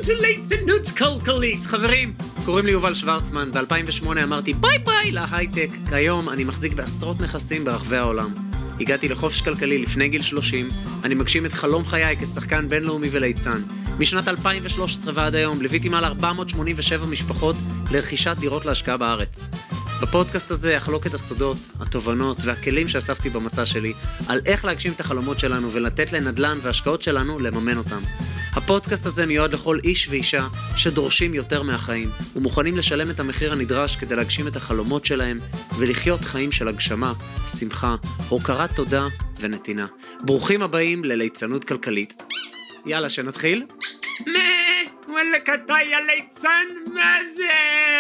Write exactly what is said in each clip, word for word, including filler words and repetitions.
to ליצנות כלכלית. חברים, קוראים לי יובל שוורצמן. ב-אלפיים ושמונה אמרתי ביי ביי להייטק. כיום אני מחזיק בעשרות נכסים ברחבי העולם. הגעתי לחופש כלכלי לפני גיל שלושים. אני מגשים את חלום חיי כשחקן בינלאומי וליצן. משנת אלפיים ושלוש עשרה ועד היום ליוויתי מעל ארבע מאות שמונים ושבע משפחות לרכישת דירות להשקעה בארץ. בפודקאסט הזה אחלוק את הסודות, התובנות והכלים שאספתי במסע שלי על איך להגשים את החלומות שלנו ולתת לנדל"ן והשקעות שלנו לממן אותם. הפודקאסט הזה מיועד לכל איש ואישה שדורשים יותר מהחיים ומוכנים לשלם את המחיר הנדרש כדי להגשים את החלומות שלהם ולחיות חיים של הגשמה, שמחה, הוקרת תודה ונתינה. ברוכים הבאים לליצנות כלכלית. יאללה, שנתחיל? מה? וואלה קטעי הליצן? מה זה?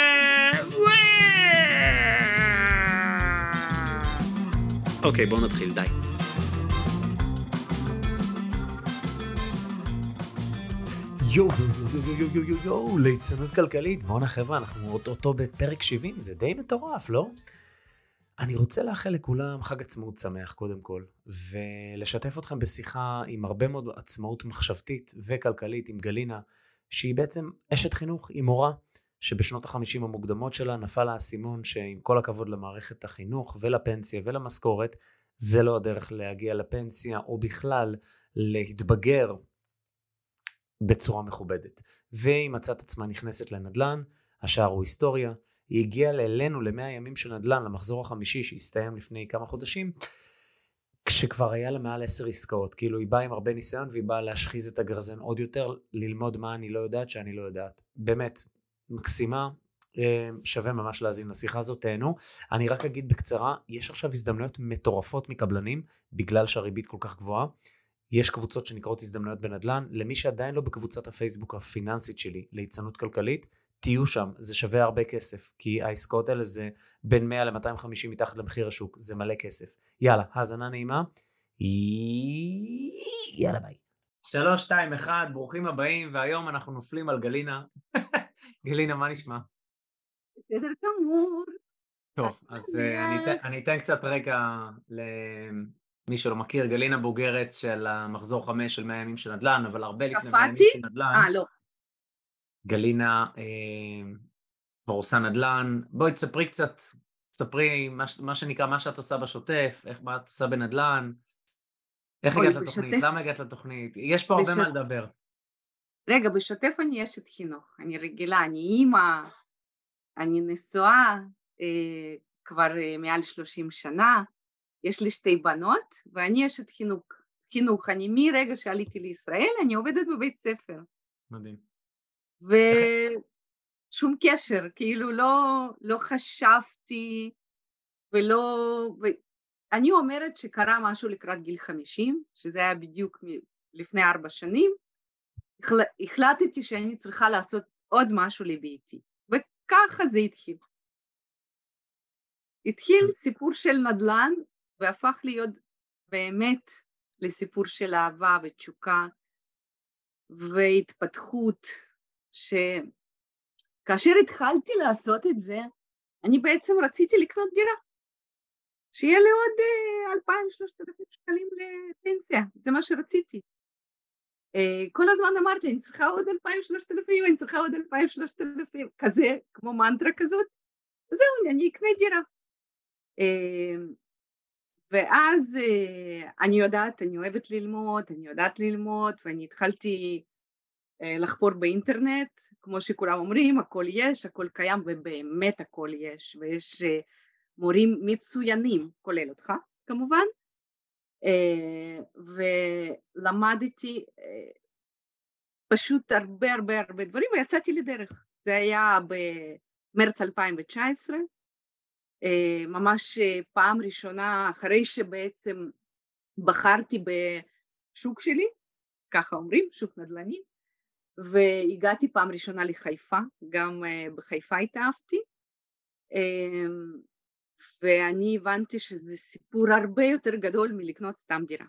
אוקיי, בואו נתחיל, די. יו, יו, יו, יו, יו, יו, יו, ליצנות כלכלית. בואו נחברה, אנחנו אותו בפרק שבעים, זה די מטורף, לא? אני רוצה לאחל לכולם חג עצמאות שמח, קודם כל, ולשתף אתכם בשיחה עם הרבה מאוד עצמאות מחשבתית וכלכלית עם גלינה, שהיא בעצם אשת חינוך, היא מורה, שבשנות החמישים המוקדמות שלה נפל האסימון שעם כל הכבוד למערכת החינוך ולפנסיה ולמשכורת, זה לא הדרך להגיע לפנסיה או בכלל להתבגר בצורה מכובדת. והיא מצאת עצמה נכנסת לנדל"ן, השאר הוא היסטוריה, היא הגיעה אלינו למאה ימים של נדל"ן, למחזור החמישי שהסתיים לפני כמה חודשים, כשכבר היה לה מעל עשר עסקאות, כאילו היא באה עם הרבה ניסיון והיא באה להשחיז את הגרזן עוד יותר, ללמוד מה אני לא יודעת שאני לא יודעת. באמת, מקסימה, שווה ממש להזין לשיחה הזאת, תהנו. אני רק אגיד בקצרה, יש עכשיו הזדמנויות מטורפות מקבלנים, בגלל שהריבית כל כך גבוהה. יש קבוצות שנקראות הזדמנויות בנדל"ן, למי שעדיין לא בקבוצת הפייסבוק הפיננסית שלי, ליצנות כלכלית, תהיו שם, זה שווה הרבה כסף, כי העסקאות האלה זה בין מאה ל-מאתיים וחמישים מתחת למחיר השוק, זה מלא כסף. יאללה, האזנה נעימה, יאללה ביי. שלוש, שתיים, אחד, ברוכים הבאים, והיום אנחנו נופלים על גלינה. גלינה, מה נשמע? בסדר גמור. טוב, אז אני אתן, אני אתן קצת רקע למי שלא מכיר. גלינה בוגרת של המחזור חמש של מאה ימים של נדל"ן, אבל הרבה לפני מאה ימים של נדל"ן. אה, לא. גלינה אה, כבר עושה נדל"ן. בואי תספרי קצת, תספרי מה, מה שנקרא, מה שאת עושה בשוטף, איך מה את עושה בנדל"ן, איך הגעת לתוכנית, למה הגעת לתוכנית, יש פה הרבה מה לדבר. רגע, בשוטף אני אשת חינוך, אני רגילה, אני אימא, אני נשואה אה, כבר אה, מעל שלושים שנה, יש לי שתי בנות, ואני אשת חינוך, חינוך, אני מרגע שעליתי לישראל, אני עובדת בבית ספר. מדהים. ושום קשר, כאילו לא, לא חשבתי, ולא, ו... אני אומרת שקרה משהו לקראת גיל חמישים, שזה היה בדיוק לפני ארבע שנים, החלטתי שאני צריכה לעשות עוד משהו לביתי, וככה זה התחיל. התחיל סיפור של נדל"ן, והפך להיות באמת לסיפור של אהבה ותשוקה, והתפתחות, שכאשר התחלתי לעשות את זה, אני בעצם רציתי לקנות דירה, שיהיה לי עוד אלפיים שלושת אלפים שקלים לפנסיה, זה מה שרציתי. כל הזמן אמרתי, אני צריכה עוד אלפיים שלושת אלפים, אני צריכה עוד אלפיים שלושת אלפים, כזה, כמו מנטרה כזאת, זהו, אני אקנה דירה. ואז אני יודעת, אני אוהבת ללמוד, אני יודעת ללמוד, ואני התחלתי לחפור באינטרנט, כמו שכולם אומרים, הכל יש, הכל קיים, ובאמת הכל יש, ויש מורים מצוינים, כולל אותך, כמובן, ולמדתי פשוט הרבה הרבה הרבה דברים, ויצאתי לדרך. זה היה במרץ אלפיים תשע עשרה, ממש פעם ראשונה, אחרי שבעצם בחרתי בשוק שלי, ככה אומרים, שוק נדל"ני, והגעתי פעם ראשונה לחיפה, גם בחיפה התאהבתי, ואני הבנתי שזה סיפור הרבה יותר גדול מלקנות סתם דירה.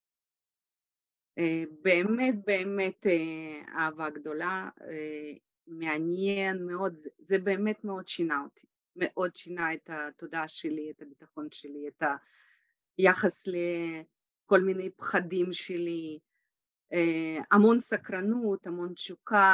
באמת באמת אהבה גדולה, מעניין מאוד, זה באמת מאוד שינה אותי, מאוד שינה את התודעה שלי, את הביטחון שלי, את היחס לכל מיני פחדים שלי, המון סקרנות, המון תשוקה,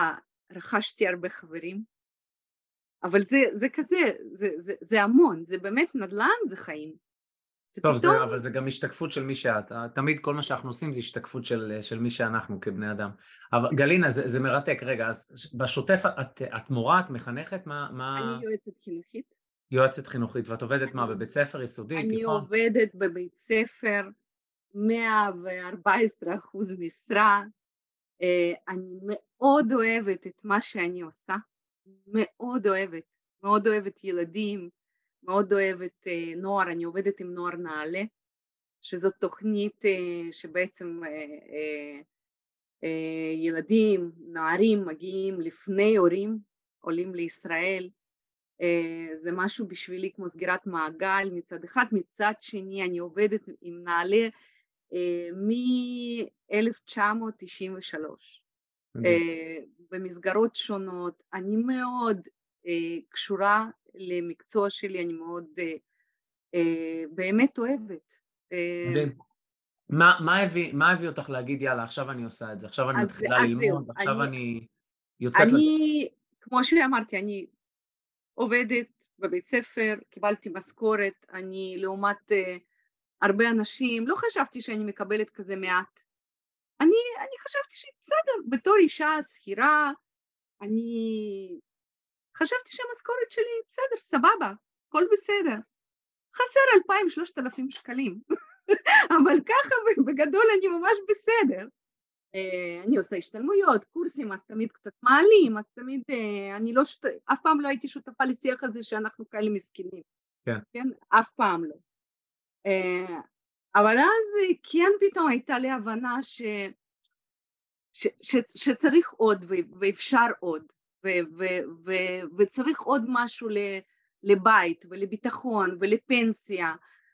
רכשתי הרבה חברים, אבל זה, זה כזה, זה, זה, זה המון, זה באמת נדל"ן, זה חיים. זה טוב, פתאום, זה, אבל זה גם השתקפות של מי שאת. תמיד כל מה שאנחנו עושים זה השתקפות של, של מי שאנחנו כבני אדם. אבל גלינה, זה, זה מרתק. רגע, אז בשוטף את, את מורה, את מחנכת? מה, אני מה... יועצת חינוכית. יועצת חינוכית, ואת עובדת מה, אני, בבית ספר, יסודי, אני תיכון? עובדת בבית ספר, מאה וארבע עשרה אחוז משרה. אה, אני מאוד אוהבת את מה שאני עושה, מאוד אוהבת, מאוד אוהבת ילדים, מאוד אוהבת אה, נוער, אני עובדת עם נוער נעלה, שזאת תוכנית אה, שבעצם אה, אה, אה, ילדים, נערים מגיעים לפני הורים, עולים לישראל, אה, זה משהו בשבילי כמו סגירת מעגל מצד אחד, מצד שני אני עובדת עם נעלה אה, מ-אלף תשע מאות תשעים ושלוש. מדהים. במסגרות שונות, אני מאוד uh, קשורה למקצוע שלי, אני מאוד uh, uh, באמת אוהבת. מדהים. Uh, מה, מה הביא, מה הביא אותך להגיד, יאללה, עכשיו אני עושה את זה, עכשיו אני אז, מתחילה אז זהו, ללמוד, עכשיו אני, אני יוצאת לדרך. אני, כמו שאמרתי, אני עובדת בבית ספר, קיבלתי משכורת, אני לעומת uh, הרבה אנשים, לא חשבתי שאני מקבלת כזה מעט. אני, אני חשבתי שבסדר, בתור אישה שכירה, אני חשבתי שהמשכורת שלי בסדר, סבבה, הכל בסדר. חסר אלפיים, שלושת אלפים שקלים, אבל ככה בגדול אני ממש בסדר. אני עושה השתלמויות, קורסים, אז תמיד קצת מעלים, אז תמיד, אני לא, אף פעם לא הייתי שותפה לשיח הזה שאנחנו כאלה מסכנים. כן. כן, אף פעם לא. אבל אז כן פתאום הייתה לי הבנה ש, ש, ש, שצריך עוד ואפשר עוד. ו- ו- ו- וצריך עוד משהו לבית ולביטחון ולפנסיה,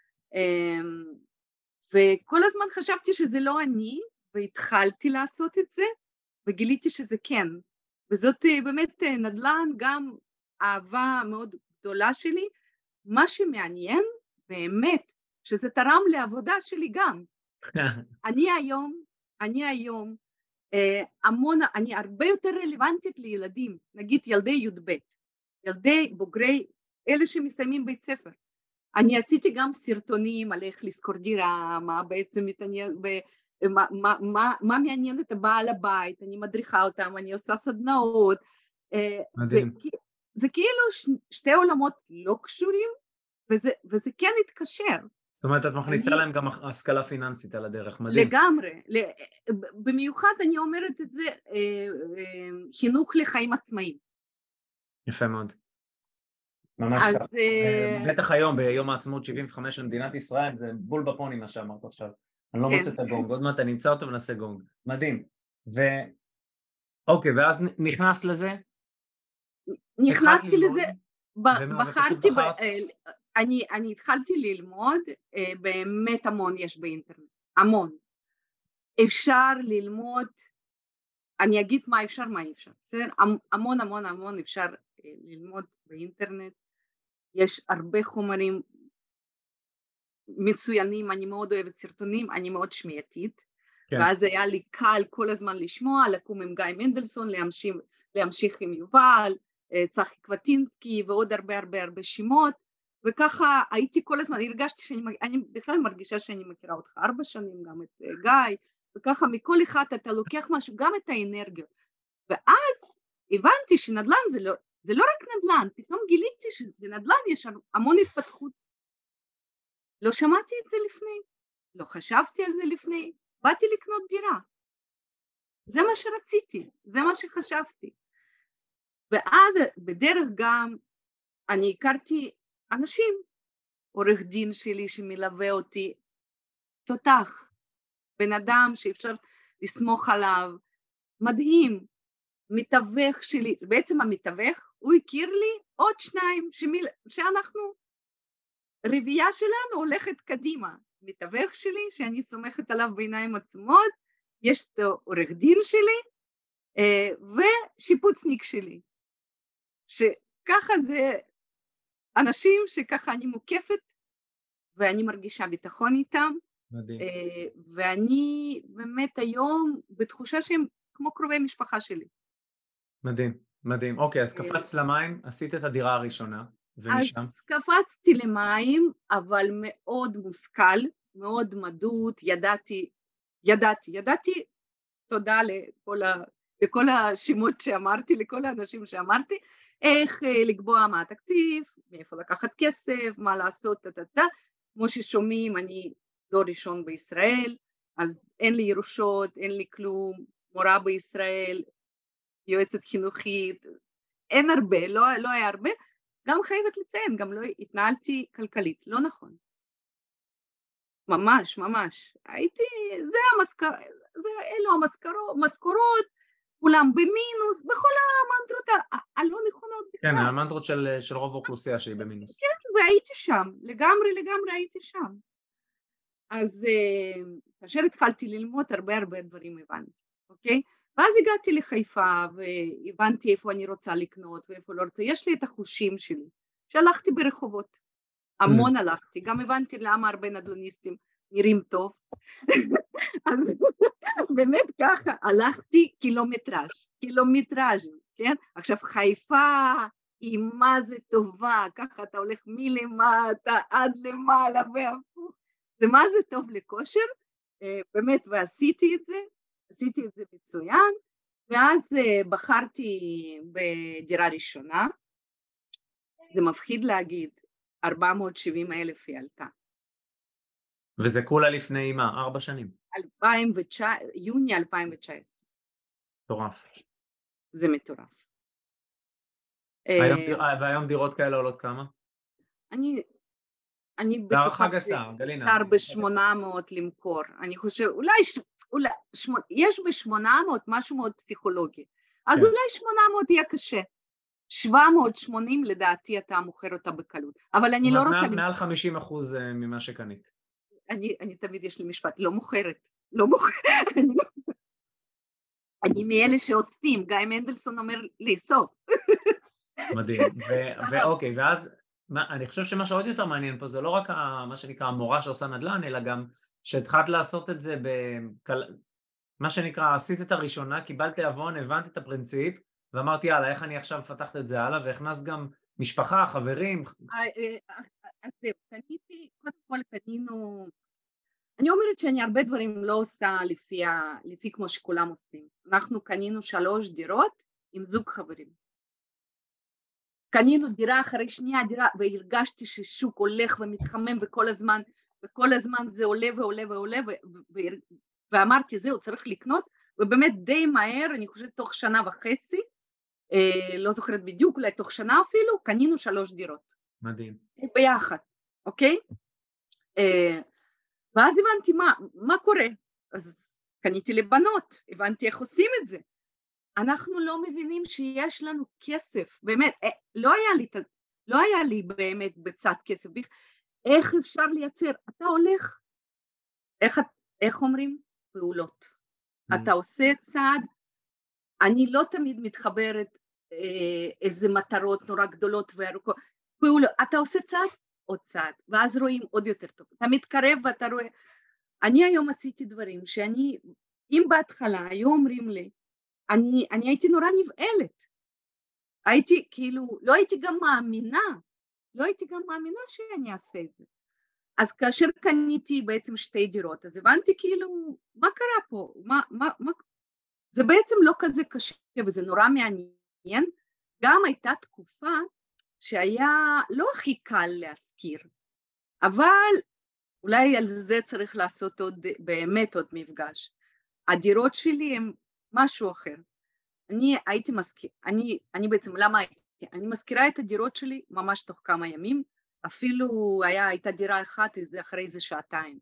וכל הזמן חשבתי שזה לא אני, והתחלתי לעשות את זה וגיליתי שזה כן, וזאת באמת נדל"ן, גם אהבה מאוד גדולה שלי. מה שמעניין באמת שזה תרם לעבודה שלי גם. אני היום אני היום המון, אני הרבה יותר רלוונטית לילדים, נגיד ילדי י"ב, ילדי בוגרי, אלה שמסיימים בית ספר. אני עשיתי גם סרטונים על איך לשכור דירה, מה בעצם מתעניין, מה, מה, מה, מה מעניין את הבעל הבית, אני מדריכה אותם, אני עושה סדנאות. מדהים. זה, זה כאילו ש, שתי עולמות לא קשורים, וזה, וזה כן התקשר. זאת אומרת, את מכניסה אני, להם גם השכלה פיננסית על הדרך, מדהים. לגמרי, במיוחד אני אומרת את זה, חינוך לחיים עצמאיים. יפה מאוד. ממש אז, ככה. בטח היום, ביום העצמאות שבעים וחמש של מדינת ישראל, זה בול בפוני מה שאמרת עכשיו. אני לא כן. מוצא את הגונג, עוד מעט אני אמצא אותו ונעשה גונג. מדהים. ו... אוקיי, ואז נכנס לזה? נכנסתי לזה, ומה, בחרתי, ב... בחרת... אני, אני התחלתי ללמוד, באמת המון יש באינטרנט, המון. אפשר ללמוד, אני אגיד מה אפשר, מה אפשר, בסדר? המון המון המון אפשר ללמוד באינטרנט, יש הרבה חומרים מצוינים, אני מאוד אוהבת סרטונים, אני מאוד שמיעתית, כן. ואז היה לי קל כל הזמן לשמוע, לקום עם גיא מנדלסון, להמשיך, להמשיך עם יובל, צחי קווטינסקי ועוד הרבה הרבה הרבה שמות, וככה הייתי כל הזמן, הרגשתי שאני, אני בכלל מרגישה שאני מכירה אותך ארבע שנים, גם את גיא, וככה מכל אחד אתה לוקח משהו, גם את האנרגיות, ואז הבנתי שנדל"ן זה לא, זה לא רק נדל"ן, פתאום גיליתי שבנדל"ן יש המון התפתחות, לא שמעתי את זה לפני, לא חשבתי על זה לפני, באתי לקנות דירה, זה מה שרציתי, זה מה שחשבתי, ואז בדרך גם אני הכרתי אנשים, עורך דין שלי שמלווה אותי, תותח, בן אדם שאפשר לסמוך עליו, מדהים, מתווך שלי, בעצם המתווך, הוא הכיר לי עוד שניים, שמיל, שאנחנו, רבייה שלנו הולכת קדימה, מתווך שלי שאני סומכת עליו בעיניים עצומות, יש את עורך דין שלי, ושיפוצניק שלי, שככה זה אנשים שככה אני מוקפת, ואני מרגישה ביטחון איתם, מדהים. ואני באמת היום בתחושה שהם כמו קרובי משפחה שלי. מדהים, מדהים. אוקיי, אז אה, קפצת למים, עשית את הדירה הראשונה, ומשם? אז קפצתי למים, אבל מאוד מושכל, מאוד מדוד, ידעתי, ידעתי, ידעתי, תודה לכל, ה, לכל השמות שאמרתי, לכל האנשים שאמרתי, איך אה, לקבוע מה התקציב, מאיפה לקחת כסף, מה לעשות, תתתה. כמו ששומעים, אני דור ראשון בישראל, אז אין לי ירושות, אין לי כלום, מורה בישראל, יועצת חינוכית, אין הרבה, לא, לא היה הרבה, גם חייבת לציין, גם לא התנהלתי כלכלית, לא נכון. ממש, ממש. הייתי, זה המשכר, זה אלו המשכרות, משכורות, כולם במינוס, בכל המנטרות ה- הלא נכונות כן, בכלל. המנטרות של, של רוב האוכלוסייה שהיא במינוס. כן, והייתי שם, לגמרי, לגמרי הייתי שם. אז אה, כאשר התחלתי ללמוד, הרבה הרבה דברים הבנתי, אוקיי? ואז הגעתי לחיפה והבנתי איפה אני רוצה לקנות ואיפה לא רוצה. יש לי את החושים שלי, שהלכתי ברחובות. המון הלכתי, גם הבנתי למה הרבה נדל"ניסטים נראים טוב. אז באמת ככה, הלכתי קילומטראז', קילומטראז', כן? עכשיו חיפה היא מה זה טובה, ככה אתה הולך מלמטה עד למעלה והפוך. זה מה זה טוב לכושר, באמת, ועשיתי את זה, עשיתי את זה מצוין, ואז בחרתי בדירה ראשונה, זה מפחיד להגיד, ארבע מאות ושבעים אלף היא עלתה. וזה כולה לפני מה? ארבע שנים. אלפיים ותשע עשרה, יוני אלפיים תשע עשרה. מטורף. זה מטורף. היום, והיום דירות כאלה עולות כמה? אני, אני בהערכה בטוחה גסה, גלינה. שאפשר ב-שמונה מאות למכור. אני חושב, אולי, ש- אולי שמונה, יש ב-שמונה מאות משהו מאוד פסיכולוגי. אז כן. אולי שמונה מאות יהיה קשה. שבע מאות ושמונים לדעתי אתה מוכר אותה בקלות. אבל אני זאת לא אומרת, רוצה... מעל, למ- מעל חמישים אחוז ממה שקנית. אני, אני תמיד יש לי משפט, לא מוכרת. לא מוכרת. אני, לא... אני מאלה שאוספים. גיא מנדלסון אומר לאסוף. מדהים. ו- ואוקיי, ואז מה, אני חושב שמה שעוד יותר מעניין פה זה לא רק ה- מה שנקרא המורה שעושה נדל"ן, אלא גם שהתחלת לעשות את זה בקל... מה שנקרא, עשית את הראשונה, קיבלת אבון, הבנת את הפרינציפ, ואמרתי, יאללה, איך אני עכשיו מפתחת את זה הלאה, והכנסת גם משפחה, חברים. אז זהו, קניתי, קודם כל קנינו, אני אומרת שאני הרבה דברים לא עושה לפי, ה, לפי כמו שכולם עושים. אנחנו קנינו שלוש דירות עם זוג חברים. קנינו דירה אחרי שנייה דירה, והרגשתי ששוק הולך ומתחמם וכל הזמן, וכל הזמן זה עולה ועולה ועולה, ו, ו, ואמרתי זהו, צריך לקנות, ובאמת די מהר, אני חושבת תוך שנה וחצי, אה, לא זוכרת בדיוק, אולי תוך שנה אפילו, קנינו שלוש דירות. מדהים. ביחד, אוקיי? אה, ואז הבנתי מה, מה קורה, אז קניתי לבנות, הבנתי איך עושים את זה. אנחנו לא מבינים שיש לנו כסף, באמת, לא היה לי, לא היה לי באמת בצד כסף, איך אפשר לייצר, אתה הולך, איך, איך אומרים? פעולות. Mm. אתה עושה צעד, אני לא תמיד מתחברת אה, איזה מטרות נורא גדולות וארוכות, פעולות, אתה עושה צעד, עוד צעד, ואז רואים עוד יותר טוב, אתה מתקרב ואתה רואה, אני היום עשיתי דברים שאני, אם בהתחלה היו אומרים לי, אני, אני הייתי נורא נבעלת, הייתי כאילו, לא הייתי גם מאמינה, לא הייתי גם מאמינה שאני אעשה את זה. אז כאשר קניתי בעצם שתי דירות, אז הבנתי כאילו, מה קרה פה? מה, מה, מה? זה בעצם לא כזה קשה, וזה נורא מעניין. גם הייתה תקופה שהיה לא הכי קל להזכיר, אבל אולי על זה צריך לעשות עוד, באמת עוד מפגש. הדירות שלי הן משהו אחר. אני הייתי מזכיר, אני, אני בעצם, למה הייתי? אני מזכירה את הדירות שלי ממש תוך כמה ימים, אפילו היה, הייתה דירה אחת אחרי זה שעתיים.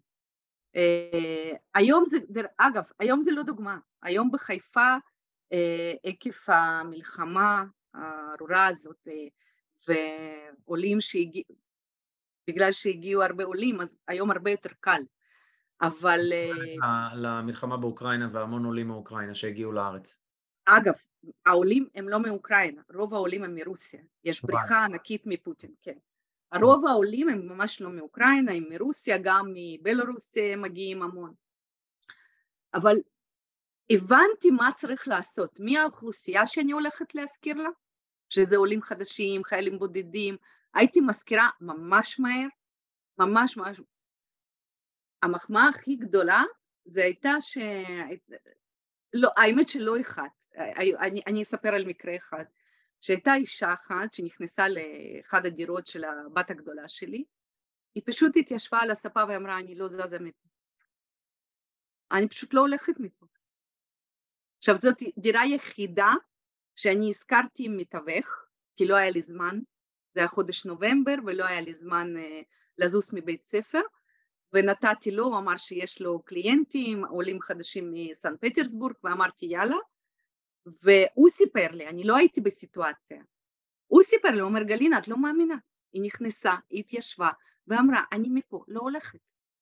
Uh, היום זה, אגב, היום זה לא דוגמה, היום בחיפה, uh, עקב המלחמה הארורה הזאת, uh, ועולים שהגיעו, בגלל שהגיעו הרבה עולים, אז היום הרבה יותר קל, אבל... Uh, למלחמה באוקראינה והמון עולים מאוקראינה שהגיעו לארץ. אגב, העולים הם לא מאוקראינה, רוב העולים הם מרוסיה, יש בריחה ענקית מפוטין, כן. הרוב העולים הם ממש לא מאוקראינה, הם מרוסיה, גם מבלרוסיה מגיעים המון. אבל הבנתי מה צריך לעשות, מי האוכלוסייה שאני הולכת להזכיר לה, שזה עולים חדשים, חיילים בודדים, הייתי מזכירה ממש מהר, ממש ממש. המחמאה הכי גדולה זה הייתה ש... לא, האמת שלא אחד, אני, אני אספר על מקרה אחד, שהייתה אישה אחת שנכנסה לאחד הדירות של הבת הגדולה שלי, היא פשוט התיישבה על הספה ואמרה, אני לא זזה מפה. אני פשוט לא הולכת מפה. עכשיו זאת דירה יחידה שאני הזכרתי עם מתווך, כי לא היה לי זמן, זה היה חודש נובמבר ולא היה לי זמן uh, לזוז מבית ספר, ונתתי לו, הוא אמר שיש לו קליינטים, עולים חדשים מסן פטרסבורג, ואמרתי יאללה, והוא סיפר לי, אני לא הייתי בסיטואציה, הוא סיפר לי, הוא אומר גלינה, את לא מאמינה, היא נכנסה, היא התיישבה, ואמרה, אני מפה, לא הולכת.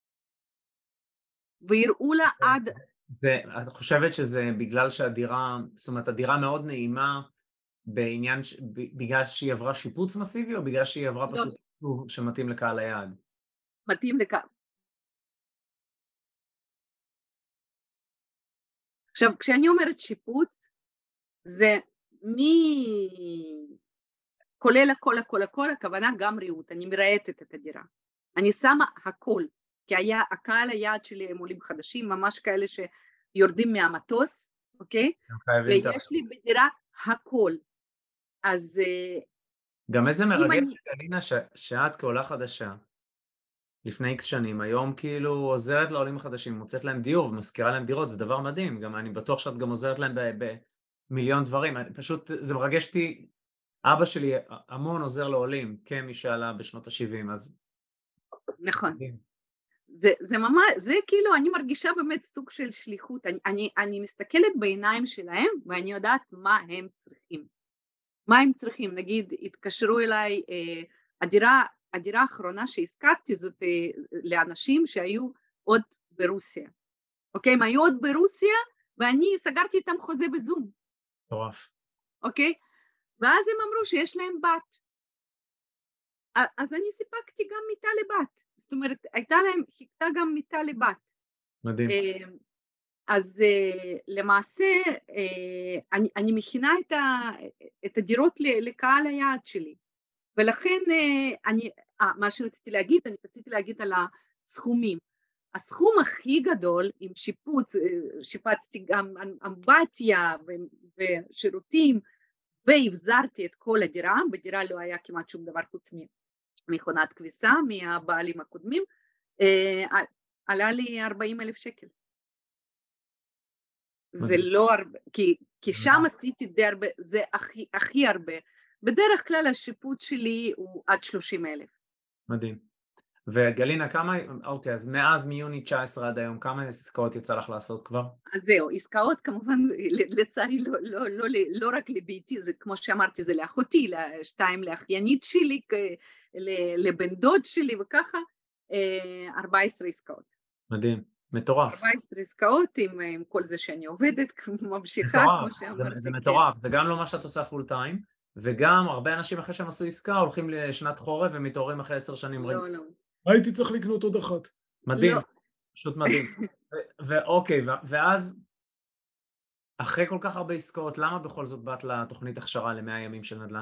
והראו לה עד... זה, את חושבת שזה בגלל שהדירה, זאת אומרת, הדירה מאוד נעימה, בעניין, בגלל שהיא עברה שיפוץ מסיבי, או בגלל שהיא עברה לא. פשוט שמתאים לקהל היעד? מתאים לקהל. עכשיו, כשאני אומרת שיפוץ, זה מי... כולל הכל, הכל, הכל, הכוונה גם ריהוט, אני מרהטת את הדירה. אני שמה הכל, כי היה, הקהל היעד שלי הם עולים חדשים, ממש כאלה שיורדים מהמטוס, אוקיי? ויש לי בדירה הכל. אז... גם איזה מרגש, אני... גלינה, ש... שאת כעולה חדשה, לפני איקס שנים, היום כאילו עוזרת לעולים החדשים, מוצאת להם דיור ומזכירה להם דירות, זה דבר מדהים, גם אני בטוח שאת גם עוזרת להם במיליון דברים, אני, פשוט זה מרגש אותי, אבא שלי המון עוזר לעולים, כמי שעלה בשנות ה-שבעים, אז... נכון. זה, זה ממש, זה כאילו, אני מרגישה באמת סוג של שליחות, אני, אני, אני מסתכלת בעיניים שלהם, ואני יודעת מה הם צריכים. מה הם צריכים, נגיד, התקשרו אליי, אה, הדירה, הדירה האחרונה שהזכרתי זאת אה, לאנשים שהיו עוד ברוסיה. אוקיי, הם היו עוד ברוסיה, ואני סגרתי איתם חוזה בזום. טורף. אוקיי? ואז הם אמרו שיש להם בת. אז אני סיפקתי גם מיטה לבת. זאת אומרת, הייתה להם, חיכתה גם מיטה לבת. מדהים. אז למעשה, אני, אני מכינה את, ה, את הדירות לקהל היעד שלי. ולכן, אני, מה שרציתי להגיד, אני רציתי להגיד על הסכומים. הסכום הכי גדול, עם שיפוץ, שיפצתי גם אמבטיה ושירותים, והבזרתי את כל הדירה, בדירה לא היה כמעט שום דבר חוץ ממכונת כביסה, מהבעלים הקודמים, עלה לי ארבעים אלף שקל. זה לא הרבה, כי, כי שם עשיתי די הרבה, זה הכי, הכי הרבה. בדרך כלל השיפוט שלי הוא עד שלושים אלף. מדהים. וגלינה, כמה, אוקיי, אז מאז מיוני תשע עשרה עד היום, כמה עסקאות יצא לך לעשות כבר? אז זהו, עסקאות כמובן, לצערי, לא, לא, לא, לא רק לביתי, זה כמו שאמרתי, זה לאחותי, לשתיים לאחיינית שלי, לבן דוד שלי וככה, ארבע עשרה עסקאות. מדהים, מטורף. ארבע עשרה עסקאות עם, עם כל זה שאני עובדת, ממשיכה, מטורף, כמו שאמרתי. זה, זה כן. מטורף, זה גם לא מה שאת עושה פול טיים, וגם הרבה אנשים אחרי שהם עשו עסקה, הולכים לשנת חורף ומתעוררים אחרי עשר שנים. לא, לא. הייתי צריך לקנות עוד אחת. מדהים, לא. פשוט מדהים. ואוקיי, ואז, אחרי כל כך הרבה עסקאות, למה בכל זאת באת לתוכנית הכשרה למאה ימים של נדל"ן?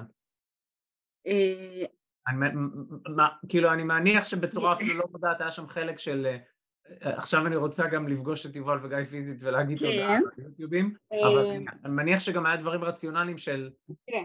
כאילו, אני מניח שבצורה אפילו לא מודעת, היה שם חלק של, עכשיו אני רוצה גם לפגוש את יובל וגיא פיזית ולהגיד תודה ביוטיובים, אבל אני מניח שגם היה דברים רציונליים של... תראה,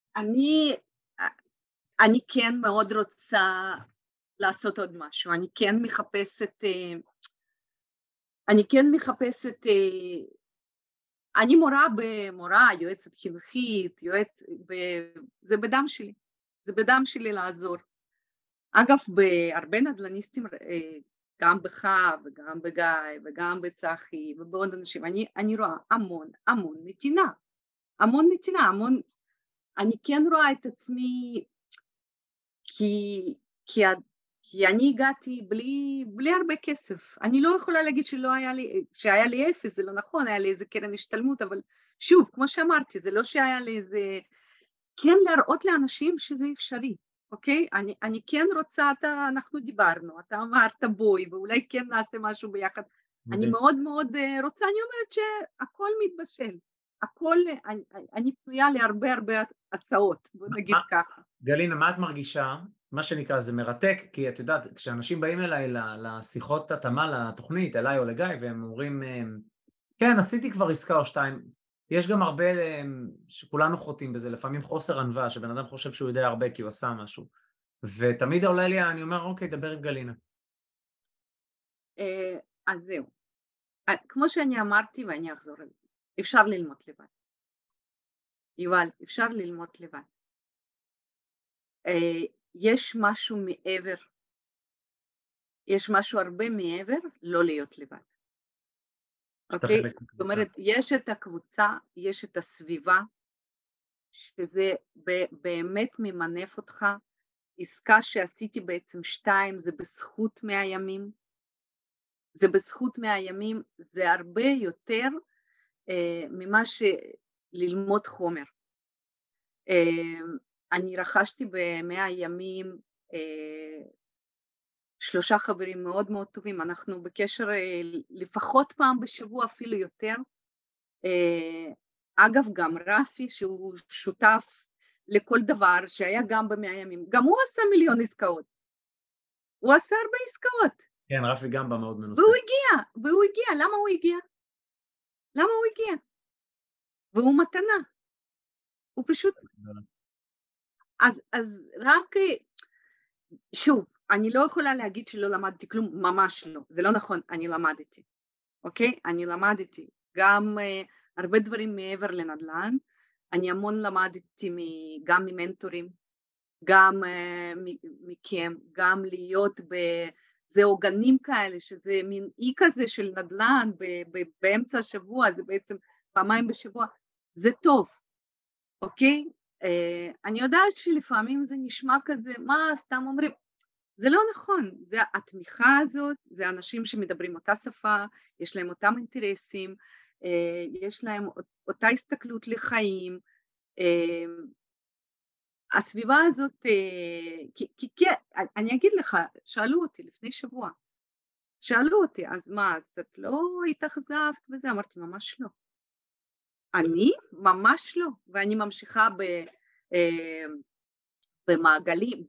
אני כן מאוד רוצה לעשות עוד משהו, אני כן מחפשת, אני כן מחפשת, אני מורה במורה, יועצת חינוכית, יועץ, זה בדם שלי, זה בדם שלי לעזור. אגב, בהרבה נדל"ניסטים, גם בך וגם בגיא וגם בצחי ובעוד אנשים, אני, אני רואה המון, המון נתינה, המון נתינה, המון, אני כן רואה את עצמי, כי, כי, כי אני הגעתי בלי, בלי הרבה כסף, אני לא יכולה להגיד שלא היה לי, שהיה לי אפס, זה לא נכון, היה לי איזה קרן השתלמות, אבל שוב, כמו שאמרתי, זה לא שהיה לי איזה, כן להראות לאנשים שזה אפשרי, אוקיי? אני, אני כן רוצה, אתה, אנחנו דיברנו, אתה אמרת בואי, ואולי כן נעשה משהו ביחד, אני מאוד מאוד רוצה, אני אומרת שהכל מתבשל, הכל, אני, אני פנויה להרבה הרבה הצעות, בוא נגיד מה, ככה. גלינה, מה את מרגישה? מה שנקרא, זה מרתק, כי את יודעת, כשאנשים באים אליי לשיחות התאמה לתוכנית, אליי או לגיא, והם אומרים, כן, עשיתי כבר עסקה או שתיים, יש גם הרבה שכולנו חוטאים בזה, לפעמים חוסר ענווה, שבן אדם חושב שהוא יודע הרבה כי הוא עשה משהו, ותמיד עולה לי, אני אומר, אוקיי, דבר עם גלינה. אז זהו, כמו שאני אמרתי ואני אחזור על זה, אפשר ללמוד לבד. יובל, אפשר ללמוד לבד. יש משהו מעבר, יש משהו הרבה מעבר לא להיות לבד. אוקיי? זאת אומרת, יש את הקבוצה, יש את הסביבה, שזה באמת ממנף אותך. עסקה שעשיתי בעצם שתיים, זה בזכות מאה ימים. זה בזכות מאה ימים, זה הרבה יותר אה, ממה שללמוד חומר. אה, אני רכשתי במאה ימים אה, שלושה חברים מאוד מאוד טובים, אנחנו בקשר אה, לפחות פעם בשבוע, אפילו יותר. אה, אגב, גם רפי, שהוא שותף לכל דבר, שהיה גם במאה ימים, גם הוא עשה מיליון עסקאות. הוא עשה הרבה עסקאות. כן, רפי גם בא מאוד מנוסה. והוא הגיע, והוא הגיע, למה הוא הגיע? למה הוא הגיע? והוא מתנה. הוא פשוט... אז, אז רק, שוב, אני לא יכולה להגיד שלא למדתי כלום, ממש לא, זה לא נכון, אני למדתי, אוקיי? אני למדתי גם uh, הרבה דברים מעבר לנדל"ן, אני המון למדתי מ, גם ממנטורים, גם uh, מכם, גם להיות ב... זה עוגנים כאלה, שזה מין אי כזה של נדל"ן ב- ב- באמצע השבוע, זה בעצם פעמיים בשבוע, זה טוב, אוקיי? Uh, אני יודעת שלפעמים זה נשמע כזה, מה סתם אומרים, זה לא נכון, זה התמיכה הזאת, זה אנשים שמדברים אותה שפה, יש להם אותם אינטרסים, uh, יש להם אותה הסתכלות לחיים, uh, הסביבה הזאת, uh, כי, כי, כי, אני אגיד לך, שאלו אותי לפני שבוע, שאלו אותי, אז מה, אז את לא התאכזבת וזה? אמרתי, ממש לא. אני? ממש לא. ואני ממשיכה ב, uh, במעגלים,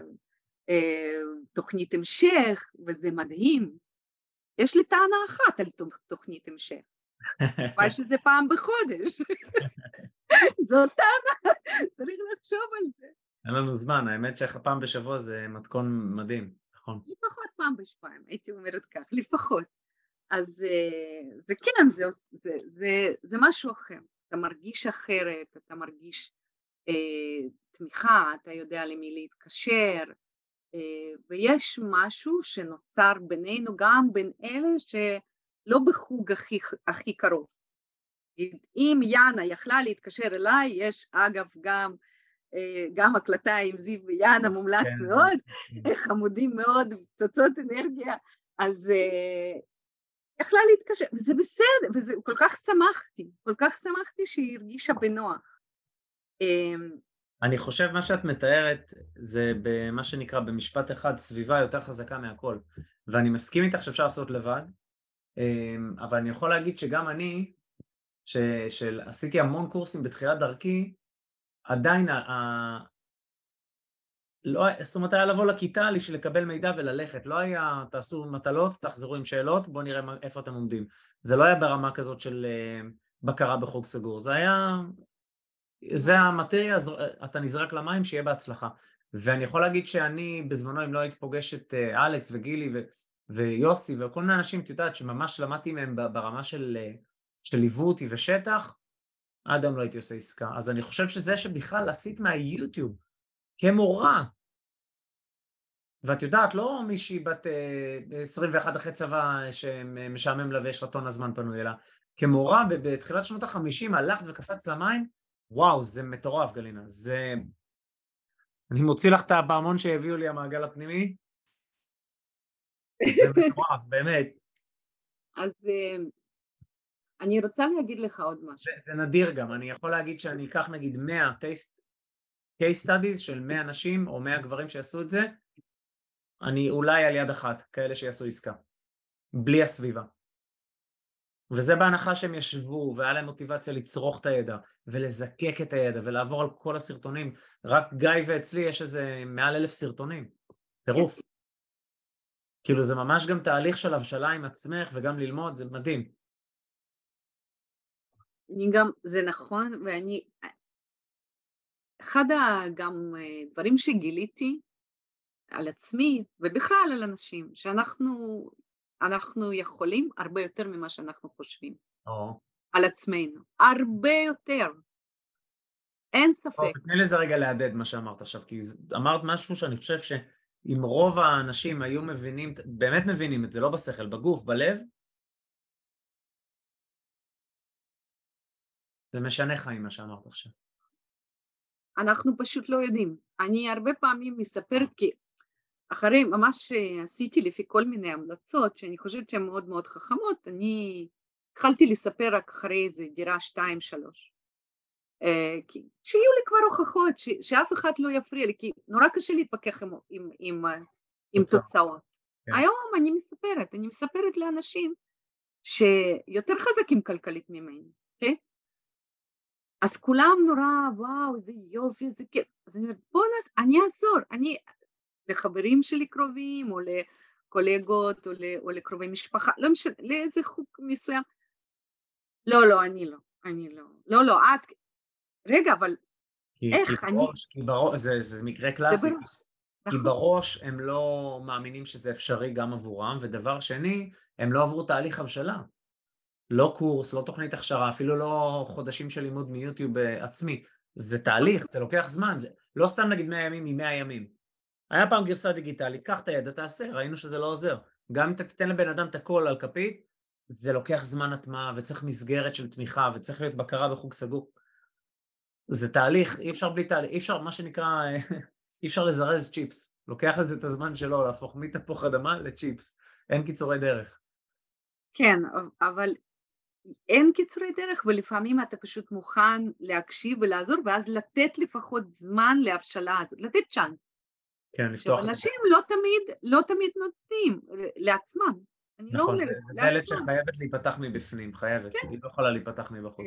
בתוכנית uh, המשך, וזה מדהים. יש לי טענה אחת על תוכנית המשך. אבל שזה פעם בחודש. זאת טענה, צריך לחשוב על זה. אין לנו זמן, האמת שפעם בשבוע זה מתכון מדהים, נכון? לפחות פעם בשבועיים, הייתי אומרת כך, לפחות. אז זה כן, זה, זה, זה, זה משהו אחר. אתה מרגיש אחרת, אתה מרגיש אה, תמיכה, אתה יודע למי להתקשר, אה, ויש משהו שנוצר בינינו גם בין אלה שלא בחוג הכי, הכי קרוב. אם יאנה יכלה להתקשר אליי, יש אגב גם, גם הקלטה עם זיו ויאנה מומלץ כן, מאוד, כן. חמודים מאוד, פצצות אנרגיה, אז יכלה להתקשר, וזה בסדר, וזה כל כך שמחתי, כל כך שמחתי שהיא הרגישה בנוח. אני חושב מה שאת מתארת זה במה שנקרא במשפט אחד, סביבה יותר חזקה מהכל, ואני מסכים איתך שאפשר לעשות לבד, אבל אני יכול להגיד שגם אני, שעשיתי המון קורסים בתחילת דרכי, עדיין, ה... לא, זאת אומרת, היה לבוא לכיתה לי של לקבל מידע וללכת, לא היה, תעשו מטלות, תחזרו עם שאלות, בואו נראה איפה אתם עומדים. זה לא היה ברמה כזאת של בקרה בחוג סגור, זה היה, זה המטריה, אתה נזרק למים, שיהיה בהצלחה. ואני יכול להגיד שאני בזמנו, אם לא הייתי פוגש את אלכס וגילי ו... ויוסי וכל מיני אנשים, את יודעת, שממש למדתי מהם ברמה של... שליוו אותי ושטח, עד היום לא הייתי עושה עסקה. אז אני חושב שזה שבכלל עשית מהיוטיוב כמורה, ואת יודעת, לא מישהי בת עשרים ואחת אחרי צבא שמשעמם לה ויש לה טון הזמן פנוי, אלא כמורה בתחילת שנות החמישים הלכת וקפצת למים, וואו, זה מטורף גלינה, זה... אני מוציא לך את הפעמון שהביאו לי המעגל הפנימי, זה מטורף, באמת. אז... אני רוצה להגיד לך עוד משהו. זה, זה נדיר גם, אני יכול להגיד שאני אקח נגיד מאה טייסט, case studies של מאה אנשים או מאה גברים שיעשו את זה, אני אולי על יד אחת, כאלה שיעשו עסקה, בלי הסביבה. וזה בהנחה שהם ישבו, והיה להם מוטיבציה לצרוך את הידע, ולזקק את הידע, ולעבור על כל הסרטונים. רק גיא ואצלי יש איזה מעל אלף סרטונים. טירוף. כאילו זה ממש גם תהליך של הבשלה עם עצמך, וגם ללמוד, זה מדהים. אני גם, זה נכון, ואני, אחד גם דברים שגיליתי על עצמי, ובכלל על אנשים, שאנחנו אנחנו יכולים הרבה יותר ממה שאנחנו חושבים. או. על עצמנו. הרבה יותר. אין ספק. תני לזה רגע להדד מה שאמרת עכשיו, כי אמרת משהו שאני חושב שאם רוב האנשים היו מבינים, באמת מבינים את זה, לא בשכל, בגוף, בלב, זה משנה חיים מה שאמרת עכשיו. אנחנו פשוט לא יודעים. אני הרבה פעמים מספרת, כי אחרי ממש עשיתי לפי כל מיני המלצות, שאני חושבת שהן מאוד מאוד חכמות, אני התחלתי לספר רק אחרי איזה דירה שתיים, שלוש. כי שיהיו לי כבר הוכחות, ש, שאף אחד לא יפריע לי, כי נורא קשה להתפקח עם, עם, עם, עם תוצאות. כן. היום אני מספרת, אני מספרת לאנשים שיותר חזקים כלכלית ממני, כן? אז כולם נורא, וואו, זה יופי, זה כיף. אז אני אומרת, בוא נס, אני אעזור, אני, לחברים שלי קרובים, או לקולגות, או, או לקרובי משפחה, לא משנה, לאיזה חוק מסוים. לא, לא, אני לא, אני לא, לא, לא, את, רגע, אבל כי, איך כי אני... בראש, כי בראש, זה, זה מקרה קלאסי. זה בראש. כי נכון. בראש הם לא מאמינים שזה אפשרי גם עבורם, ודבר שני, הם לא עברו תהליך הבשלה. לא קורס, לא תוכנית הכשרה, אפילו לא חודשים של לימוד מיוטיוב עצמי. זה תהליך, זה לוקח זמן. זה, לא סתם נגיד מאה ימים ממאה ימים. היה פעם גרסה דיגיטלית, קח את הידע, תעשה, ראינו שזה לא עוזר. גם אם אתה תיתן לבן אדם את הכל על כפית, זה לוקח זמן הטמעה, וצריך מסגרת של תמיכה, וצריך להיות בקרה בחוג סגור. זה תהליך, אי אפשר בלי תהליך, אי אפשר, מה שנקרא, אי אפשר לזרז צ'יפס. לוקח לזה את הזמן שלו, להפוך מתפוח אדמה לצ'יפס. אין קיצורי דרך. כן, אבל אין קיצורי דרך, ולפעמים אתה פשוט מוכן להקשיב ולעזור, ואז לתת לפחות זמן להבשלה הזאת, לתת צ'אנס. כן, לפתוח. שאנשים לא תמיד, לא תמיד נותנים לעצמם. אני לא נכון, אומרת, זה דלת שחייבת להיפתח מבפנים, חייבת, כן. היא לא יכולה להיפתח מבחוץ.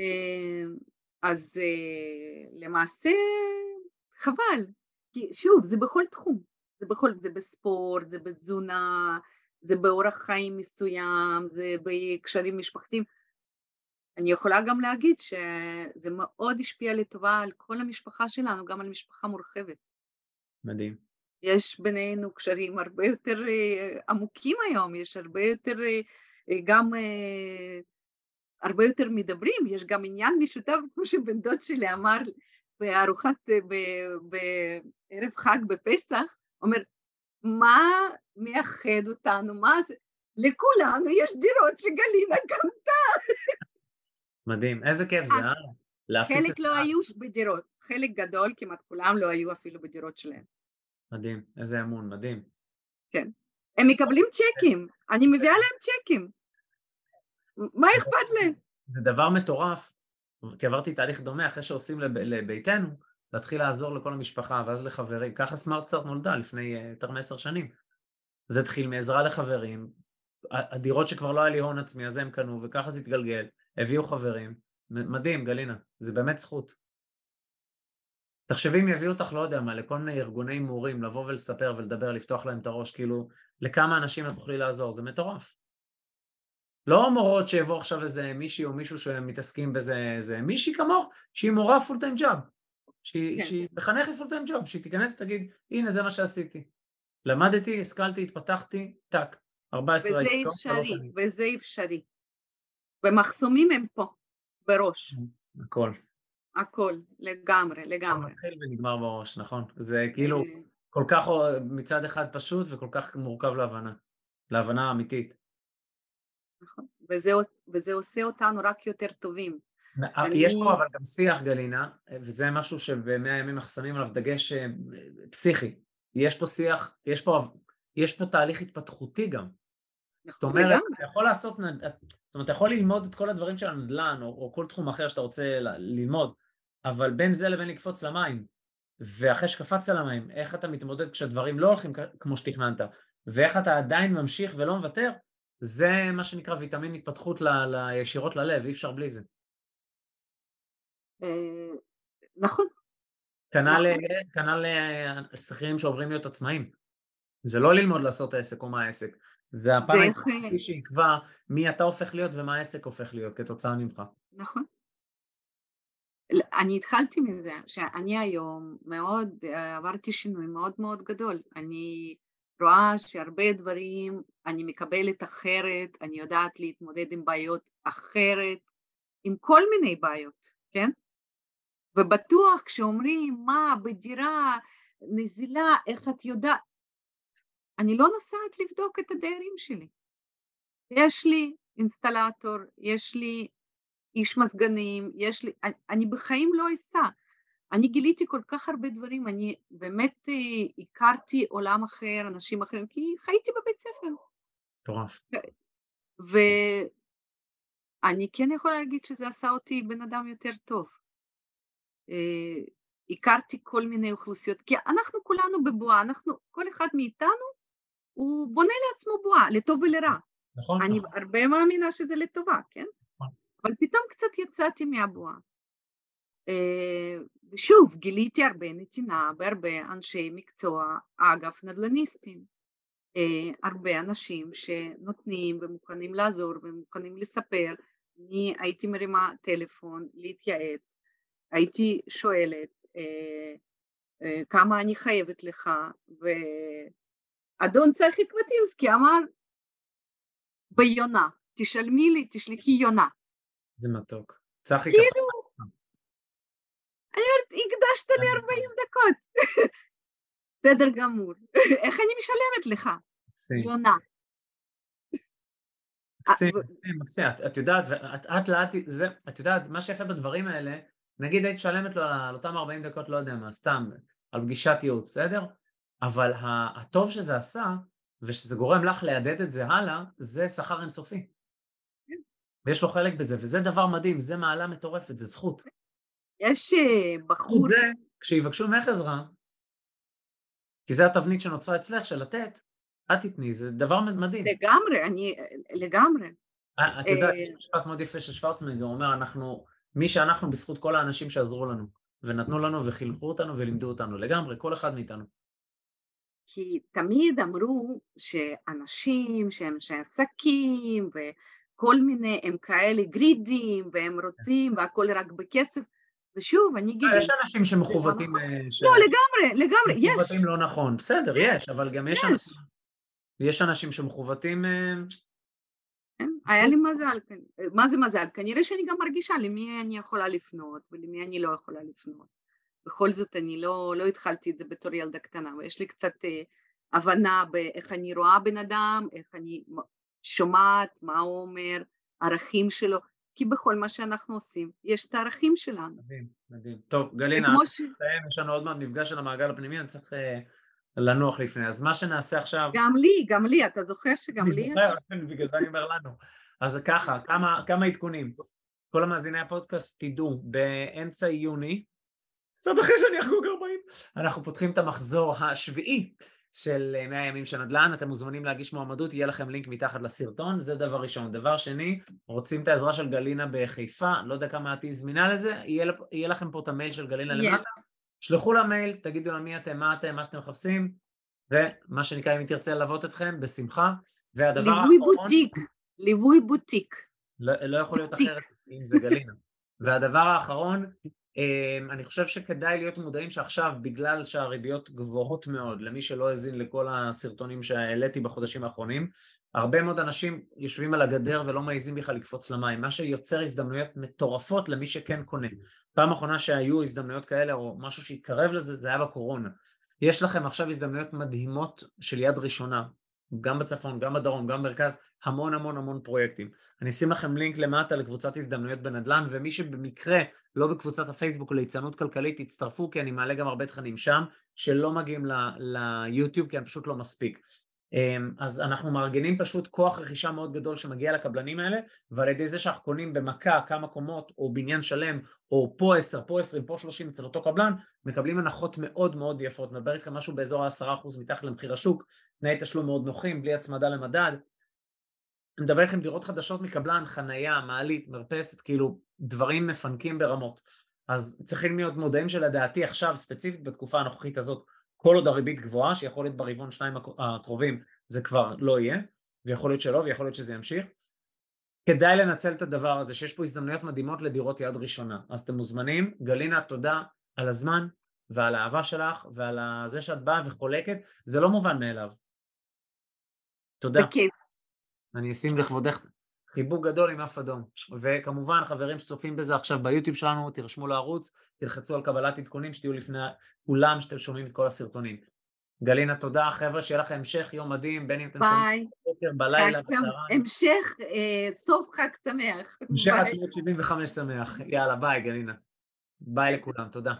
אז למעשה חבל, כי שוב, זה בכל תחום, זה בכל, זה בספורט, זה בתזונה, זה באורח חיים מסוים, זה בקשרים משפחתיים. אני יכולה גם להגיד שזה מאוד השפיע לטובה על כל המשפחה שלנו, גם על משפחה מורחבת. מדהים. יש בינינו קשרים הרבה יותר עמוקים היום, יש הרבה יותר, גם הרבה יותר מדברים, יש גם עניין משותף, כמו שבן דוד שלי אמר בארוחת, בערב חג בפסח, אומר, מה מייחד אותנו, מה זה? לכולנו יש דירות שגלינה קנתה. מדהים, איזה כיף זה, אה? חלק לא היו בדירות, חלק גדול, כמעט כולם לא היו אפילו בדירות שלהם. מדהים, איזה אמון, מדהים. כן. הם מקבלים צ'קים, אני מביאה להם צ'קים. מה אכפת להם? זה דבר מטורף, כי עברתי תהליך דומה אחרי שעושים לב, לביתנו, להתחיל לעזור לכל המשפחה, ואז לחברים. ככה סמארט סטארט נולדה לפני יותר מעשר שנים. זה התחיל מעזרה לחברים, הדירות שכבר לא היה לי הון עצמי, אז הם קנו, וככה זה התגלגל, הביאו חברים. מדהים, גלינה, זה באמת זכות. תחשבי אם יביאו אותך, לא יודע מה, לכל מיני ארגוני מורים, לבוא ולספר ולדבר, לפתוח להם את הראש, כאילו, לכמה אנשים את תוכלי לעזור, זה מטורף. לא מורות שיבוא עכשיו איזה מישהי או מישהו שמתעסקים בזה, זה מישהי כמוך, שהיא מורה פול טיים ג'אב, שהיא, כן. שהיא מחנכת פול טיים ג'אב, שהיא תיכנס ותגיד, הנה זה מה שעשיתי. למדתי, השכלתי, התפתחתי, טק, ארבע עשרה וזה אפשרי, וזה אפשרי. ומחסומים הם פה, בראש. הכל. הכל, לגמרי, לגמרי. מתחיל ונגמר בראש, נכון? זה כאילו כל כך מצד אחד פשוט וכל כך מורכב להבנה, להבנה אמיתית. נכון, וזה, וזה עושה אותנו רק יותר טובים. יש פה אבל גם שיח, גלינה, וזה משהו שבמאה ימים אנחנו שמים עליו דגש פסיכי. יש פה שיח, יש פה, יש פה תהליך התפתחותי גם. זאת אומרת, אתה יכול לעשות, זאת אומרת, אתה יכול ללמוד את כל הדברים של הנדל"ן, או, או כל תחום אחר שאתה רוצה ללמוד, אבל בין זה לבין לקפוץ למים, ואחרי שקפץ על המים, איך אתה מתמודד כשהדברים לא הולכים כמו שתכננת, ואיך אתה עדיין ממשיך ולא מוותר, זה מה שנקרא ויטמין התפתחות ל, ל, ישירות ללב, אי אפשר בלי זה. אה, נכון, כנ"ל נכון. כנ"ל שכירים שעוברים להיות עצמאים. זה לא ללמוד לעשות העסק או מה העסק, זה הפן ואיך, ההתפתחותי שיקבע מי אתה הופך להיות ומה העסק הופך להיות כתוצאה ממך. נכון. ל- אני התחלתי מזה שאני היום מאוד אה, עברתי שינוי מאוד מאוד גדול. אני רואה שהרבה דברים אני מקבלת אחרת, אני יודעת להתמודד עם בעיות אחרת, עם כל מיני בעיות, כן? ובטוח כשאומרים מה בדירה נזילה, איך את יודעת, אני לא נוסעת לבדוק את הדיירים שלי. יש לי אינסטלטור, יש לי איש מזגנים, יש לי, אני, אני בחיים לא אסע. אני גיליתי כל כך הרבה דברים, אני באמת אה, הכרתי עולם אחר, אנשים אחרים, כי חייתי בבית ספר. מטורף. ואני כן יכולה להגיד שזה עשה אותי בן אדם יותר טוב. אה, הכרתי כל מיני אוכלוסיות, כי אנחנו כולנו בבועה, אנחנו, כל אחד מאיתנו הוא בונה לעצמו בועה, לטוב ולרע. נכון, אני נכון. הרבה מאמינה שזה לטובה, כן? נכון. אבל פתאום קצת יצאתי מהבועה. אה, ושוב, גיליתי הרבה נתינה בהרבה אנשי מקצוע, אגב, נדל"ניסטים. אה, הרבה אנשים שנותנים ומוכנים לעזור ומוכנים לספר. אני הייתי מרימה טלפון להתייעץ, הייתי שואלת אה, אה, כמה אני חייבת לך, ואדון צחי קווטינסקי אמר ביונה, תשלמי לי, תשלחי יונה. זה מתוק. צחי כאילו, כפרה. אני אומרת, הקדשת לי ארבעים דקות. בסדר גמור. איך אני משלמת לך? מקסים, יונה. מקסים, אה, ו- מקסים, מקסים. את, את יודעת, ואת את לאט, זה, את יודעת, מה שיפה בדברים האלה, נגיד היית שלמת לו על אותם ארבעים דקות, לא יודע מה, סתם, על פגישת ייעוץ, בסדר? אבל ה- הטוב שזה עשה, ושזה גורם לך להדד את זה הלאה, זה שכר אינסופי. ויש לו חלק בזה, וזה דבר מדהים, זה מעלה מטורפת, זה זכות. יש אה, זכות בחור, זה, כשיבקשו ממך עזרה, כי זה התבנית שנוצרה אצלך של לתת, את תתני, זה דבר מדהים. לגמרי, אני, לגמרי. את יודעת, יש משפט מאוד יפה של שוורצנגר, הוא אומר, אנחנו, מי שאנחנו בזכות כל האנשים שעזרו לנו, ונתנו לנו וחינכו אותנו ולימדו אותנו, לגמרי, כל אחד מאיתנו. כי תמיד אמרו שאנשים שהם אנשי עסקים וכל מיני, הם כאלה גרידים והם רוצים והכל רק בכסף, ושוב, אני גיליתי. יש אנשים שמכוותים, לא, נכון. ש... לא, לגמרי, לגמרי, יש. מכוותים לא נכון, בסדר, יש, אבל גם יש יש. אנשים, יש אנשים שמכוותים, כן? היה לי מזל, כנ- מה זה מזל? כנראה שאני גם מרגישה למי אני יכולה לפנות ולמי אני לא יכולה לפנות. בכל זאת אני לא, לא התחלתי את זה בתור ילדה קטנה, ויש לי קצת אה, הבנה באיך אני רואה בן אדם, איך אני שומעת מה הוא אומר, ערכים שלו, כי בכל מה שאנחנו עושים יש את הערכים שלנו. מדהים, מדהים. טוב, גלינה, כמו ש... יש לנו עוד מעט מפגש של המעגל הפנימי, אני צריך לנוח לפני, אז מה שנעשה עכשיו... גם לי, גם לי, אתה זוכר שגם אני לי יש? זוכר, בגלל זה אני אומר לנו. אז ככה, כמה, כמה עדכונים. כל המאזיני הפודקאסט תדעו, באמצע יוני, קצת אחרי שאני אחגוג ארבעים, אנחנו פותחים את המחזור השביעי של מאה ימים של נדל"ן, אתם מוזמנים להגיש מועמדות, יהיה לכם לינק מתחת לסרטון, זה דבר ראשון. דבר שני, רוצים את העזרה של גלינה בחיפה, לא יודע כמה את זמינה לזה, יהיה, יהיה לכם פה את המייל של גלינה Yeah. למטה, שלחו לה מייל, תגידו לה מי אתם, מה אתם, מה שאתם מחפשים, ומה שנקרא, אם היא תרצה ללוות אתכם, בשמחה. והדבר ליווי האחרון, בוטיק, ליווי בוטיק. לא, לא יכול להיות בוטיק. אחרת אם זה גלינה. והדבר האחרון, אני חושב שכדאי להיות מודעים שעכשיו, בגלל שהריביות גבוהות מאוד, למי שלא האזין לכל הסרטונים שהעליתי בחודשים האחרונים, הרבה מאוד אנשים יושבים על הגדר ולא מעיזים בכלל לקפוץ למים, מה שיוצר הזדמנויות מטורפות למי שכן קונה. פעם אחרונה שהיו הזדמנויות כאלה או משהו שהתקרב לזה, זה היה בקורונה. יש לכם עכשיו הזדמנויות מדהימות של יד ראשונה, גם בצפון, גם בדרום, גם במרכז, המון המון המון פרויקטים. אני אשים לכם לינק למטה לקבוצת הזדמנויות בנדל"ן, ומי שבמקרה לא בקבוצת הפייסבוק ליצנות כלכלית, תצטרפו, כי אני מעלה גם הרבה תכנים שם, שלא מגיעים ליוטיוב, כי הם פשוט לא מספיק. אז אנחנו מארגנים פשוט כוח רכישה מאוד גדול שמגיע לקבלנים האלה, ועל ידי זה שאנחנו קונים במכה כמה קומות או בניין שלם, או פה עשר, פה עשרים, פה שלושים אצל אותו קבלן, מקבלים הנחות מאוד מאוד יפות. מדבר איתכם משהו באזור ה-עשרה אחוז מתחת למחיר השוק, תנאי תשלום מאוד נוחים, בלי הצמדה למדד. מדבר איתכם דירות חדשות מקבלן, חנייה, מעלית, מרפסת, כאילו דברים מפנקים ברמות. אז צריכים להיות מודעים שלדעתי עכשיו, ספציפית בתקופה הנוכחית הזאת, כל עוד הריבית גבוהה, שיכול להיות ברבעון שניים הקרובים, זה כבר לא יהיה, ויכול להיות שלא, ויכול להיות שזה ימשיך. כדאי לנצל את הדבר הזה, שיש פה הזדמנויות מדהימות לדירות יד ראשונה. אז אתם מוזמנים. גלינה, תודה על הזמן, ועל האהבה שלך, ועל זה שאת באה וחולקת. זה לא מובן מאליו. תודה. בכיף. אני אשים לכבודך חיבוק גדול עם אף אדום. וכמובן, חברים שצופים בזה עכשיו ביוטיוב שלנו, תרשמו לערוץ, תלחצו על קבלת עדכונים, שתהיו לפני כולם שאתם שומעים את כל הסרטונים. גלינה, תודה. חבר'ה, שיהיה לכם המשך יום מדהים, בין אם אתם שומעים בבוקר, בלילה, בצהריים. המשך, סוף חג שמח. המשך עצמאות שבעים וחמש שמח. יאללה, ביי, גלינה. ביי לכולם, תודה.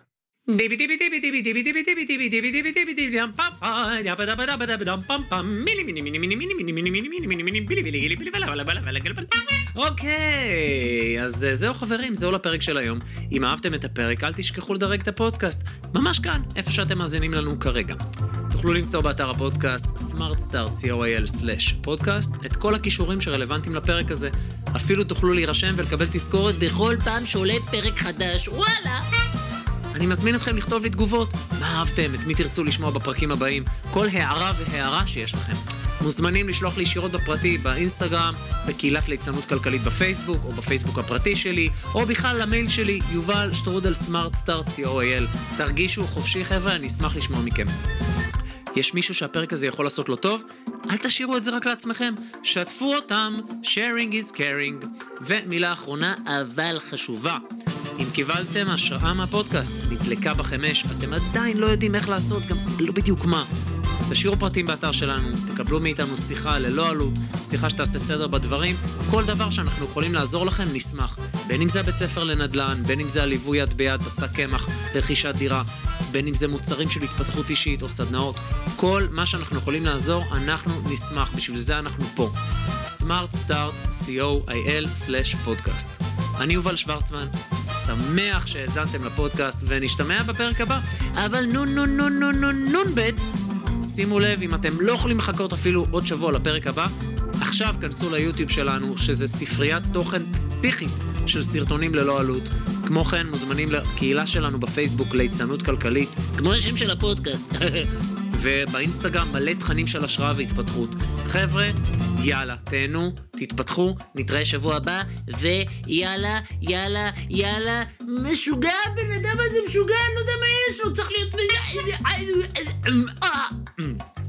אוקיי, אז זהו חברים, זהו לפרק של היום. אם אהבתם את הפרק, אל תשכחו לדרג את הפודקאסט, ממש כאן, איפה שאתם מאזינים לנו כרגע. תוכלו למצוא באתר הפודקאסט smartstart co.il slash podcast את כל הכישורים שרלוונטיים לפרק הזה. אפילו תוכלו להירשם ולקבל תזכורת בכל פעם שעולה פרק חדש. וואלה! אני מזמין אתכם לכתוב לי תגובות, מה אהבתם, את מי תרצו לשמוע בפרקים הבאים, כל הערה והערה שיש לכם. מוזמנים לשלוח לי ישירות בפרטי, באינסטגרם, בקהילת ליצנות כלכלית בפייסבוק, או בפייסבוק הפרטי שלי, או בכלל למייל שלי, יובל שטרודל סמארטסטארט סי או איי אל. תרגישו חופשי חבר'ה, אני אשמח לשמוע מכם. יש מישהו שהפרק הזה יכול לעשות לו טוב? אל תשאירו את זה רק לעצמכם, שתפו אותם, sharing is caring. ומילה אחרונה, אבל חשובה. אם קיבלתם השראה מהפודקאסט, נדלקה בחמש, אתם עדיין לא יודעים איך לעשות, גם לא בדיוק מה. תשאירו פרטים באתר שלנו, תקבלו מאיתנו שיחה ללא עלות, שיחה שתעשה סדר בדברים, כל דבר שאנחנו יכולים לעזור לכם נשמח. בין אם זה בית ספר לנדל"ן, בין אם זה הליווי יד ביד, בשק קמח, לרכישת דירה, בין אם זה מוצרים של התפתחות אישית או סדנאות, כל מה שאנחנו יכולים לעזור, אנחנו נשמח, בשביל זה אנחנו פה. smartstart co.il slash podcast. אני יובל שוורצמן, שמח שהאזנתם לפודקאסט ונשתמע בפרק הבא. אבל נון נון נון נון נון נון בית, שימו לב, אם אתם לא יכולים לחכות אפילו עוד שבוע לפרק הבא, עכשיו כנסו ליוטיוב שלנו, שזה ספריית תוכן פסיכית של סרטונים ללא עלות. כמו כן, מוזמנים לקהילה שלנו בפייסבוק ליצנות כלכלית, כמו השם של הפודקאסט. ובאינסטגרם מלא תכנים של השראה והתפתחות. חבר'ה, יאללה, תהנו, תתפתחו, נתראה שבוע הבא, ויאללה, יאללה, יאללה, משוגע, בן אדם הזה משוגע, אני לא יודע מה יש לו, צריך להיות...